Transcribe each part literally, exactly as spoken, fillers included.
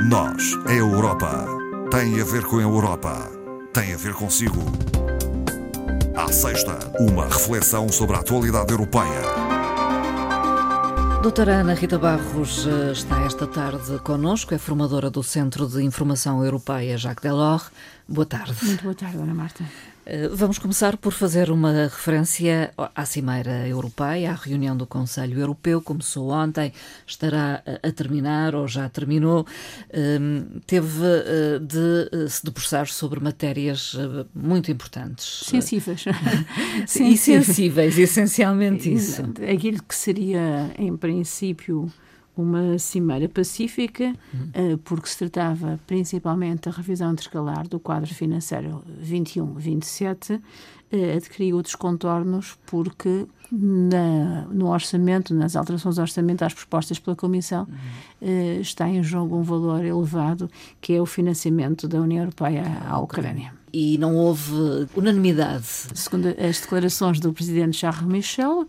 Nós, a Europa, tem a ver com a Europa, tem a ver consigo. À sexta, uma reflexão sobre a atualidade europeia. Doutora Ana Rita Barros está esta tarde connosco, é formadora do Centro de Informação Europeia Jacques Delors. Boa tarde. Muito boa tarde, Ana Marta. Vamos começar por fazer uma referência à Cimeira Europeia, à reunião do Conselho Europeu. Começou ontem, estará a terminar ou já terminou. Teve de se debruçar sobre matérias muito importantes. Sensíveis. E sensíveis, essencialmente isso. Aquilo que seria, em princípio, uma cimeira pacífica, uhum. porque se tratava principalmente da revisão intercalar do quadro financeiro vinte e um vinte e sete, adquiriu outros contornos porque na, no orçamento, nas alterações orçamentais propostas pela Comissão, uhum. está em jogo um valor elevado, que é o financiamento da União Europeia à Ucrânia. E não houve unanimidade. Segundo as declarações do presidente Charles Michel,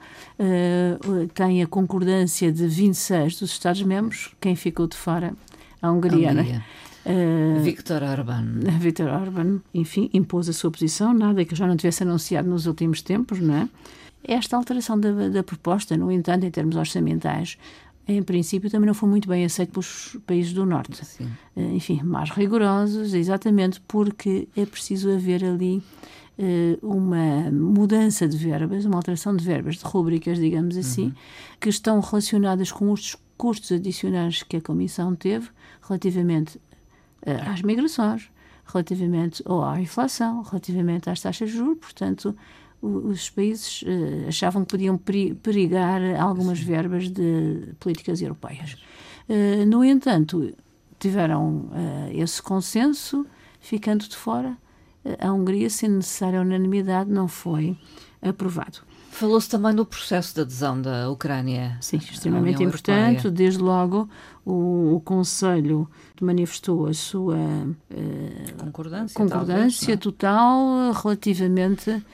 uh, tem a concordância de vinte e seis dos Estados-membros. Quem ficou de fora? A Hungria. A Hungria. Uh, Viktor Orbán. Viktor Orbán, enfim, impôs a sua posição, nada que já não tivesse anunciado nos últimos tempos, não é? Esta alteração da, da proposta, no entanto, em termos orçamentais, em princípio, também não foi muito bem aceito pelos países do Norte. Sim. Enfim, mais rigorosos, exatamente porque é preciso haver ali uh, uma mudança de verbas, uma alteração de verbas, de rúbricas, digamos assim, uhum. que estão relacionadas com os custos adicionais que a Comissão teve relativamente uh, às migrações, relativamente ou à inflação, relativamente às taxas de juros. Portanto, os países uh, achavam que podiam perigar algumas Sim. verbas de políticas europeias. Uh, no entanto, tiveram uh, esse consenso, ficando de fora. Uh, a Hungria, sendo necessária a unanimidade, não foi aprovado. Falou-se também do processo de adesão da Ucrânia. Sim, extremamente importante. Europeia. Desde logo, o, o Conselho manifestou a sua uh, concordância, concordância talvez, total relativamente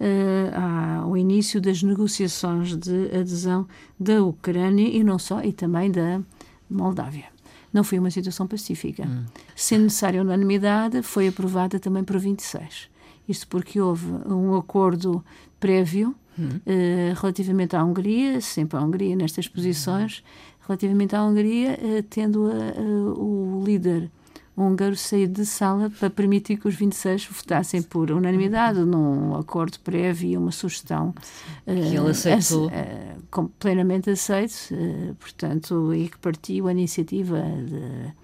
Uh, ao início das negociações de adesão da Ucrânia e não só, e também da Moldávia. Não foi uma situação pacífica. Hum. Sendo necessária a unanimidade, foi aprovada também por vinte e seis. Isto porque houve um acordo prévio hum. uh, relativamente à Hungria, sempre a Hungria nestas posições, hum. relativamente à Hungria, uh, tendo a, uh, o líder húngaro sair de sala para permitir que os vinte e seis votassem por unanimidade num acordo prévio e uma sugestão que uh, ele aceitou. Uh, uh, plenamente aceito, uh, portanto, e que partiu a iniciativa de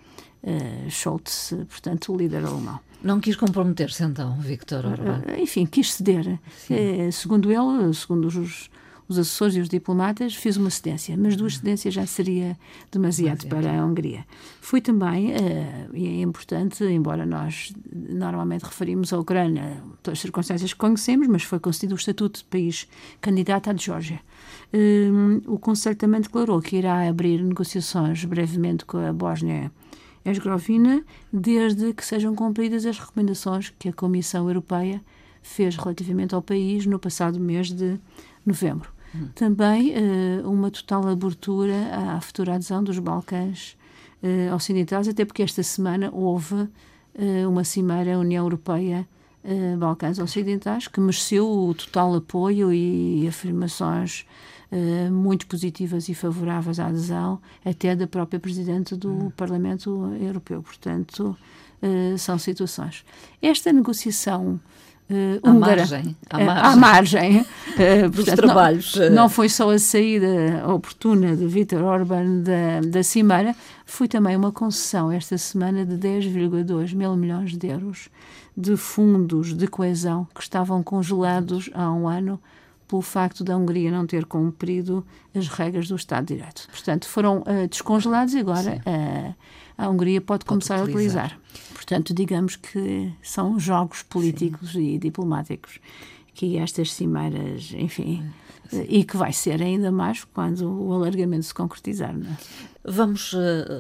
uh, Scholz, portanto, o líder alemão. Não quis comprometer-se então, Viktor Orbán? Uh, enfim, quis ceder. Uh, segundo ele, segundo os os assessores e os diplomatas, fez uma cedência, mas duas cedências já seria demasiado para a Hungria. Foi também, uh, e é importante, embora nós normalmente referimos a Ucrânia pelas circunstâncias que conhecemos, mas foi concedido o estatuto de país candidato à Geórgia. Uh, o Conselho também declarou que irá abrir negociações brevemente com a Bósnia e Herzegovina, desde que sejam cumpridas as recomendações que a Comissão Europeia fez relativamente ao país no passado mês de novembro. Hum. Também uh, uma total abertura à futura adesão dos Balcãs uh, ocidentais, até porque esta semana houve uh, uma cimeira União Europeia uh, Balcãs Ocidentais que mereceu o total apoio e afirmações uh, muito positivas e favoráveis à adesão, até da própria Presidente do hum. Parlamento Europeu. Portanto, uh, são situações. Esta negociação Uh, à húngara, margem, à uh, margem, à margem uh, dos portanto, trabalhos. Não, não foi só a saída oportuna de Viktor Orbán da, da Cimeira, foi também uma concessão esta semana de dez vírgula dois mil milhões de euros de fundos de coesão que estavam congelados há um ano pelo facto da Hungria não ter cumprido as regras do Estado de Direito. Portanto, foram uh, descongelados e agora uh, a Hungria pode, pode começar utilizar. a utilizar. Portanto, digamos que são jogos políticos Sim. e diplomáticos que estas cimeiras, enfim, Sim. e que vai ser ainda mais quando o alargamento se concretizar, não é? Vamos uh,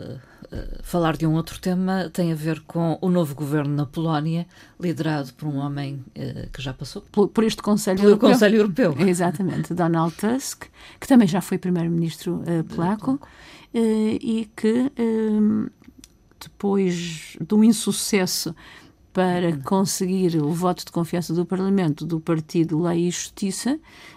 uh, falar de um outro tema, tem a ver com o novo governo na Polónia, liderado por um homem uh, que já passou por, por este Conselho pelo Europeu. Conselho Europeu. Exatamente, Donald Tusk, que também já foi primeiro-ministro uh, polaco uh, e que uh, depois do insucesso para conseguir o voto de confiança do Parlamento do Partido Lei e Justiça,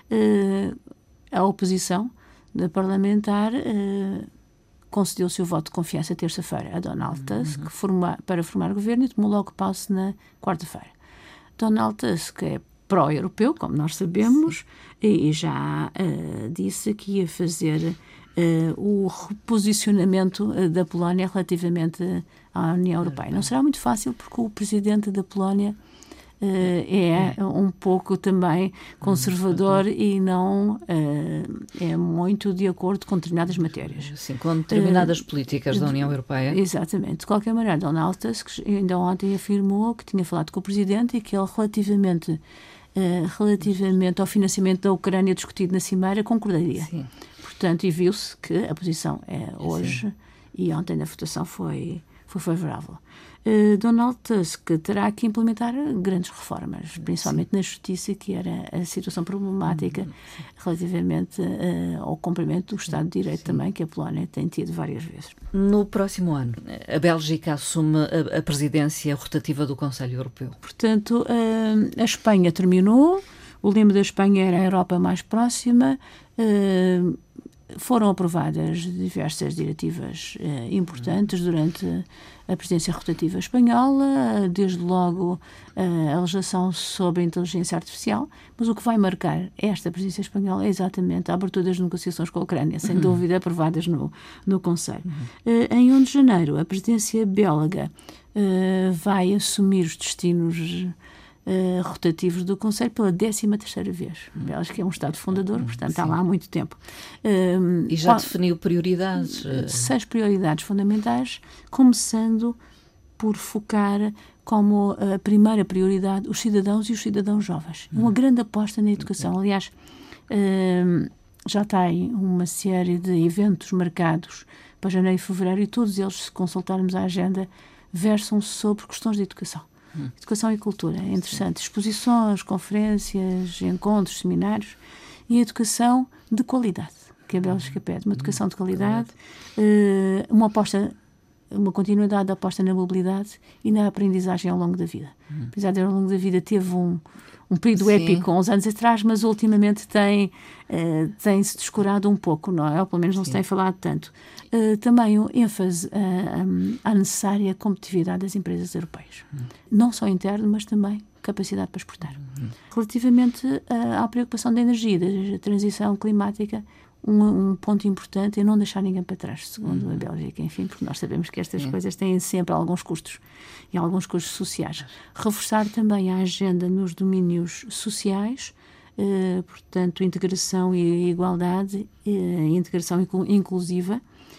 uh, a oposição da parlamentar uh, concedeu o seu voto de confiança terça-feira a Donald Tusk uhum. forma, para formar o governo e tomou logo posse na quarta-feira. Donald Tusk é pró-europeu, como nós sabemos, e, e já uh, disse que ia fazer uh, o reposicionamento uh, da Polónia relativamente à União Europeia. Não será muito fácil porque o presidente da Polónia uh, é, é um pouco também conservador e não uh, é muito de acordo com determinadas matérias. Sim, com determinadas uh, políticas da União Europeia. Exatamente. De qualquer maneira, Donald Tusk ainda ontem afirmou que tinha falado com o presidente e que ele relativamente Uh, relativamente ao financiamento da Ucrânia discutido na Cimeira, concordaria. Sim. Portanto, e viu-se que a posição é hoje, sim, e ontem a votação foi, foi favorável. Uh, Donald Tusk terá que implementar grandes reformas, principalmente sim, na justiça, que era a situação problemática, sim, relativamente uh, ao cumprimento do Estado de Direito, sim, também, que a Polónia tem tido várias vezes. No próximo ano, a Bélgica assume a, a presidência rotativa do Conselho Europeu. Portanto, uh, a Espanha terminou, o lema da Espanha era a Europa mais próxima, uh, foram aprovadas diversas diretivas uh, importantes durante a presidência rotativa espanhola, desde logo uh, a legislação sobre a inteligência artificial, mas o que vai marcar esta presidência espanhola é exatamente a abertura das negociações com a Ucrânia, sem uhum. dúvida aprovadas no, no Conselho. Uhum. Uh, em um de janeiro, a presidência belga uh, vai assumir os destinos Uh, rotativos do Conselho pela décima terceira vez. A Bélgica é um Estado fundador, portanto, sim, está lá há muito tempo. Uh, e já qual, definiu prioridades? Uh... Seis prioridades fundamentais, começando por focar como a primeira prioridade os cidadãos e os cidadãos jovens. Uma hum. grande aposta na educação. Aliás, uh, já tem uma série de eventos marcados para janeiro e fevereiro e todos eles, se consultarmos a agenda, versam sobre questões de educação. Hum. Educação e cultura, é interessante. Sim. Exposições, conferências, encontros, seminários e educação de qualidade, que a Bélgica pede. Uma educação de qualidade, uh, uma aposta, uma continuidade da aposta na mobilidade e na aprendizagem ao longo da vida. Hum. Apesar de ao longo da vida teve um, um período, sim, épico uns anos atrás, mas ultimamente tem, uh, tem-se descurado um pouco, não é? Ou pelo menos não, sim, se tem falado tanto. Uh, também um ênfase uh, um, à necessária competitividade das empresas europeias. Hum. Não só interno, mas também capacidade para exportar. Hum. Relativamente uh, à preocupação da energia, da transição climática, um, um ponto importante é não deixar ninguém para trás, segundo hum. a Bélgica, enfim, porque nós sabemos que estas, sim, coisas têm sempre alguns custos e alguns custos sociais. Reforçar também a agenda nos domínios sociais, uh, portanto, integração e igualdade, uh, integração inclu- inclusiva,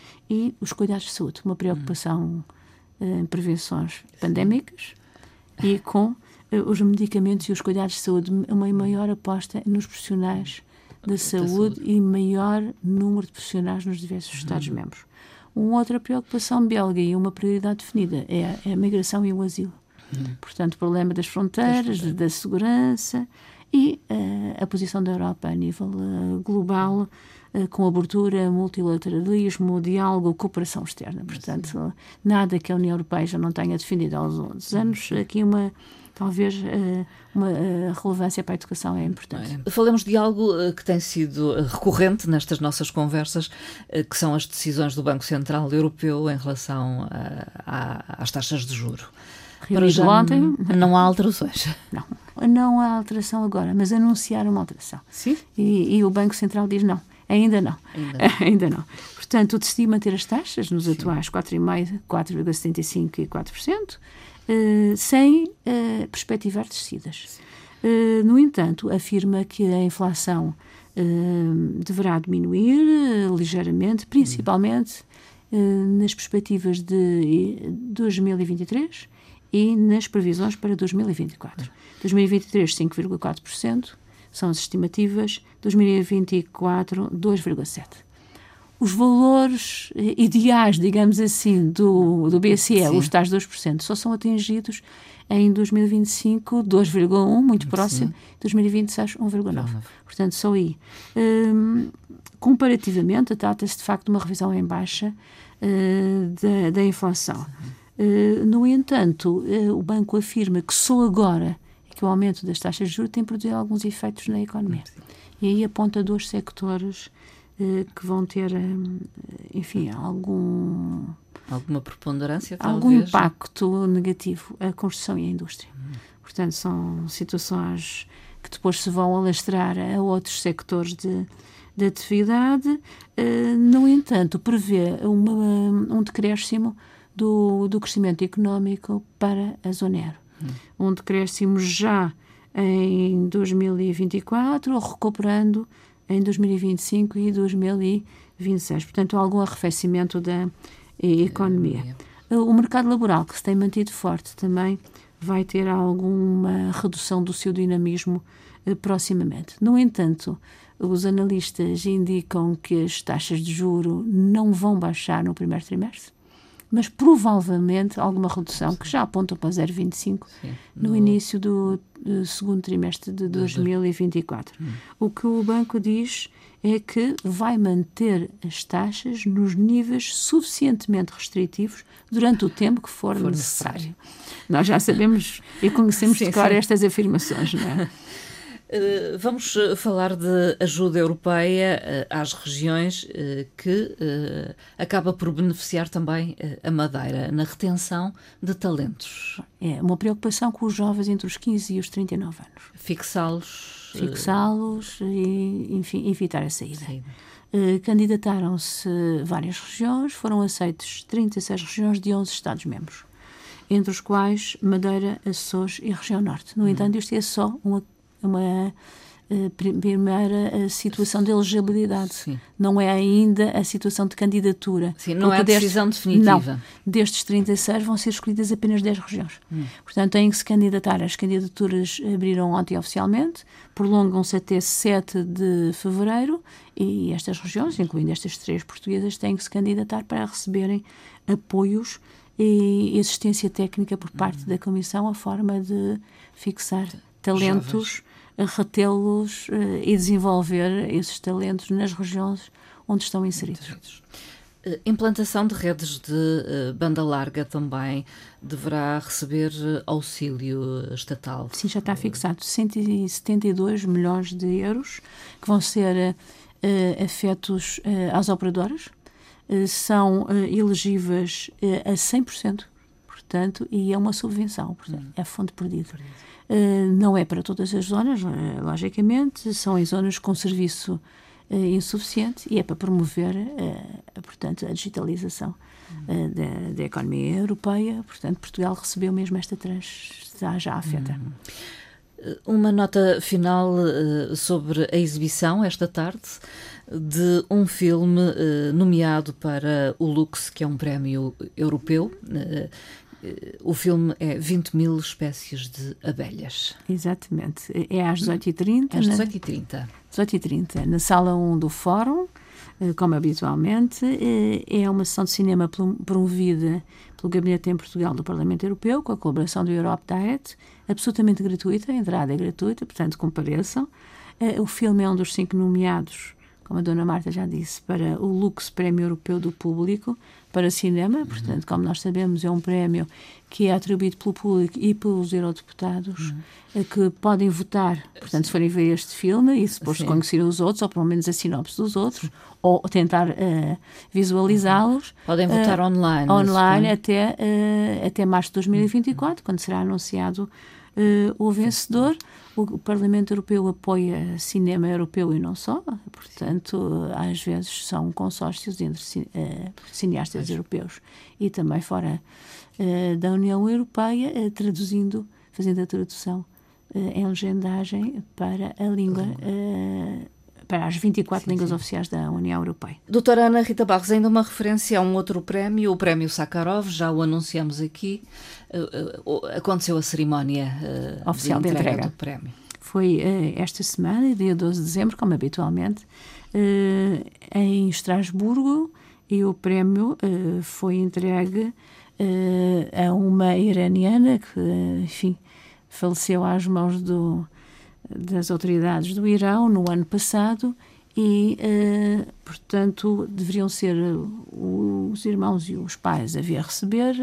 e os cuidados de saúde, uma preocupação em uh, prevenções pandémicas e com uh, os medicamentos e os cuidados de saúde, uma maior aposta nos profissionais da saúde, saúde e maior número de profissionais nos diversos uhum. Estados-membros. Uma outra preocupação belga e uma prioridade definida é, é a migração e o asilo. Uhum. Portanto, o problema das fronteiras, das da segurança e uh, a posição da Europa a nível uh, global, com abertura, multilateralismo, diálogo, cooperação externa. Portanto, sim, nada que a União Europeia já não tenha defendido há uns anos. Aqui uma, talvez, uma relevância para a educação é importante. É. Falemos de algo que tem sido recorrente nestas nossas conversas, que são as decisões do Banco Central Europeu em relação a, a, às taxas de juros. Para já ontem, não há alterações. Não, não há alteração agora, mas anunciaram uma alteração. Sim? E, e o Banco Central diz não. Ainda não. Ainda não. Ainda não. Portanto, decidi manter as taxas nos, sim, atuais quatro vírgula cinco por cento, quatro vírgula setenta e cinco por cento e quatro por cento, uh, sem uh, perspectivar descidas. Uh, no entanto, afirma que a inflação uh, deverá diminuir uh, ligeiramente, principalmente uh, nas perspectivas de dois mil e vinte e três e nas previsões para dois mil e vinte e quatro. dois mil e vinte e três, cinco vírgula quatro por cento. São as estimativas, dois mil e vinte e quatro, dois vírgula sete por cento. Os valores ideais, digamos assim, do, do B C E, sim, os tais dois por cento, só são atingidos em dois mil e vinte e cinco, dois vírgula um por cento, muito próximo, sim, dois mil e vinte e seis, um vírgula nove por cento. Portanto, só aí. Um, comparativamente, trata-se de facto de uma revisão em baixa uh, da, da inflação. Uh, no entanto, uh, o banco afirma que só agora é que o aumento das taxas de juros tem produzido alguns efeitos na economia. E aí aponta dois sectores uh, que vão ter, um, enfim, algum... Alguma preponderância, algum talvez? impacto negativo, a construção e a indústria. Hum. Portanto, são situações que depois se vão alastrar a outros sectores de, de atividade. Uh, no entanto, prevê uma, um decréscimo do, do crescimento económico para a zona euro. Hum. Um decréscimo já em dois mil e vinte e quatro, recuperando em dois mil e vinte e cinco e dois mil e vinte e seis. Portanto, algum arrefecimento da economia. O mercado laboral, que se tem mantido forte, também vai ter alguma redução do seu dinamismo eh, proximamente. No entanto, os analistas indicam que as taxas de juro não vão baixar no primeiro trimestre, mas provavelmente alguma redução, Sim. que já apontam para zero vírgula vinte e cinco no, no início do, do segundo trimestre de dois mil e vinte e quatro. Hum. O que o banco diz é que vai manter as taxas nos níveis suficientemente restritivos durante o tempo que for, for necessário. necessário. Nós já sabemos e conhecemos sim, de cor sim. estas afirmações, não é? Uh, vamos falar de ajuda europeia uh, às regiões uh, que uh, acaba por beneficiar também uh, a Madeira na retenção de talentos. É uma preocupação com os jovens entre os quinze e os trinta e nove anos. Fixá-los. Fixá-los e, enfim, evitar a saída. Uh, candidataram-se várias regiões, foram aceitos trinta e seis regiões de onze Estados-membros, entre os quais Madeira, Açores e Região Norte. No hum. entanto, isto é só uma uma uh, primeira uh, situação de elegibilidade. Sim. Não é ainda a situação de candidatura. Sim, não é a decisão destes, definitiva. Não. Destes trinta e seis vão ser escolhidas apenas dez regiões. Hum. Portanto, têm que se candidatar. As candidaturas abriram ontem oficialmente, prolongam-se até sete de fevereiro e estas regiões, incluindo estas três portuguesas, têm que se candidatar para receberem apoios e assistência técnica por parte hum. da Comissão, a forma de fixar talentos, retê-los uh, e desenvolver esses talentos nas regiões onde estão inseridos. Uh, implantação de redes de uh, banda larga também deverá receber uh, auxílio estatal. Sim, já está fixado. cento e setenta e dois milhões de euros que vão ser uh, afetos uh, às operadoras. Uh, são uh, elegíveis uh, a cem por cento, portanto, e é uma subvenção, portanto, hum. é fundo perdido. perdido. Uh, não é para todas as zonas, uh, logicamente, são em zonas com serviço uh, insuficiente e é para promover, uh, portanto, a digitalização uh, da, da economia europeia. Portanto, Portugal recebeu mesmo esta tranche, está já afeta. Hum. Uma nota final uh, sobre a exibição, esta tarde, de um filme uh, nomeado para o Lux, que é um prémio europeu. Uh, O filme é vinte mil espécies de abelhas. Exatamente. É às dezoito e trinta. Às dezoito e trinta. dezoito e trinta, na sala um do Fórum, como habitualmente. É uma sessão de cinema promovida pelo Gabinete em Portugal do Parlamento Europeu, com a colaboração do Europe Diet, absolutamente gratuita, a entrada é gratuita, portanto compareçam. O filme é um dos cinco nomeados, como a Dona Marta já disse, para o Lux Prémio Europeu do Público para cinema. Portanto, como nós sabemos, é um prémio que é atribuído pelo público e pelos eurodeputados uhum. que podem votar, portanto, se forem ver este filme e se depois Sim. conhecer os outros, ou pelo menos a sinopse dos outros, ou tentar uh, visualizá-los. Podem votar uh, online. Online até, uh, até março de dois mil e vinte e quatro, uhum. quando será anunciado uh, o vencedor. O Parlamento Europeu apoia cinema europeu e não só, portanto, às vezes são consórcios entre uh, cineastas europeus e também fora uh, da União Europeia, uh, traduzindo, fazendo a tradução uh, em legendagem para a língua, uh, para as vinte e quatro sim, línguas sim. oficiais da União Europeia. Doutora Ana Rita Barros, ainda uma referência a um outro prémio, o Prémio Sakharov, já o anunciamos aqui. Uh, uh, aconteceu a cerimónia uh, oficial de entrega, de entrega do prémio. Foi uh, esta semana, dia doze de dezembro, como habitualmente, uh, em Estrasburgo, e o prémio uh, foi entregue uh, a uma iraniana que, enfim, faleceu às mãos do, das autoridades do Irão no ano passado e, uh, portanto, deveriam ser os irmãos e os pais a vir receber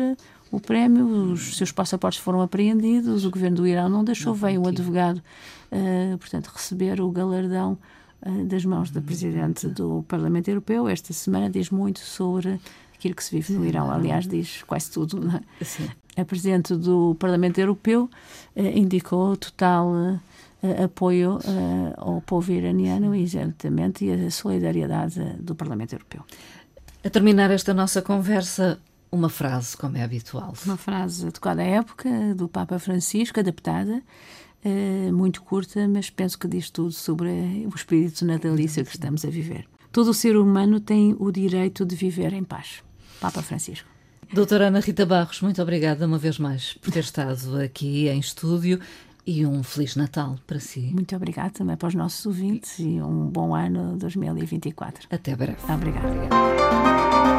o prémio, os seus passaportes foram apreendidos, o governo do Irão não deixou, não, veio um advogado, uh, portanto, receber o galardão uh, das mãos da Presidente do Parlamento Europeu. Esta semana diz muito sobre aquilo que se vive no Irão, aliás, diz quase tudo, não é? Sim. A Presidente do Parlamento Europeu uh, indicou total uh, apoio uh, ao povo iraniano, exatamente, e a solidariedade uh, do Parlamento Europeu. A terminar esta nossa conversa, uma frase, como é habitual. Uma frase adequada à época, do Papa Francisco, adaptada, uh, muito curta, mas penso que diz tudo sobre o espírito natalício que estamos a viver. Todo o ser humano tem o direito de viver em paz. Papa Francisco. Doutora Ana Rita Barros, muito obrigada uma vez mais por ter estado aqui em estúdio e um Feliz Natal para si. Muito obrigada também para os nossos ouvintes e um bom ano dois mil e vinte e quatro. Até breve. Obrigada.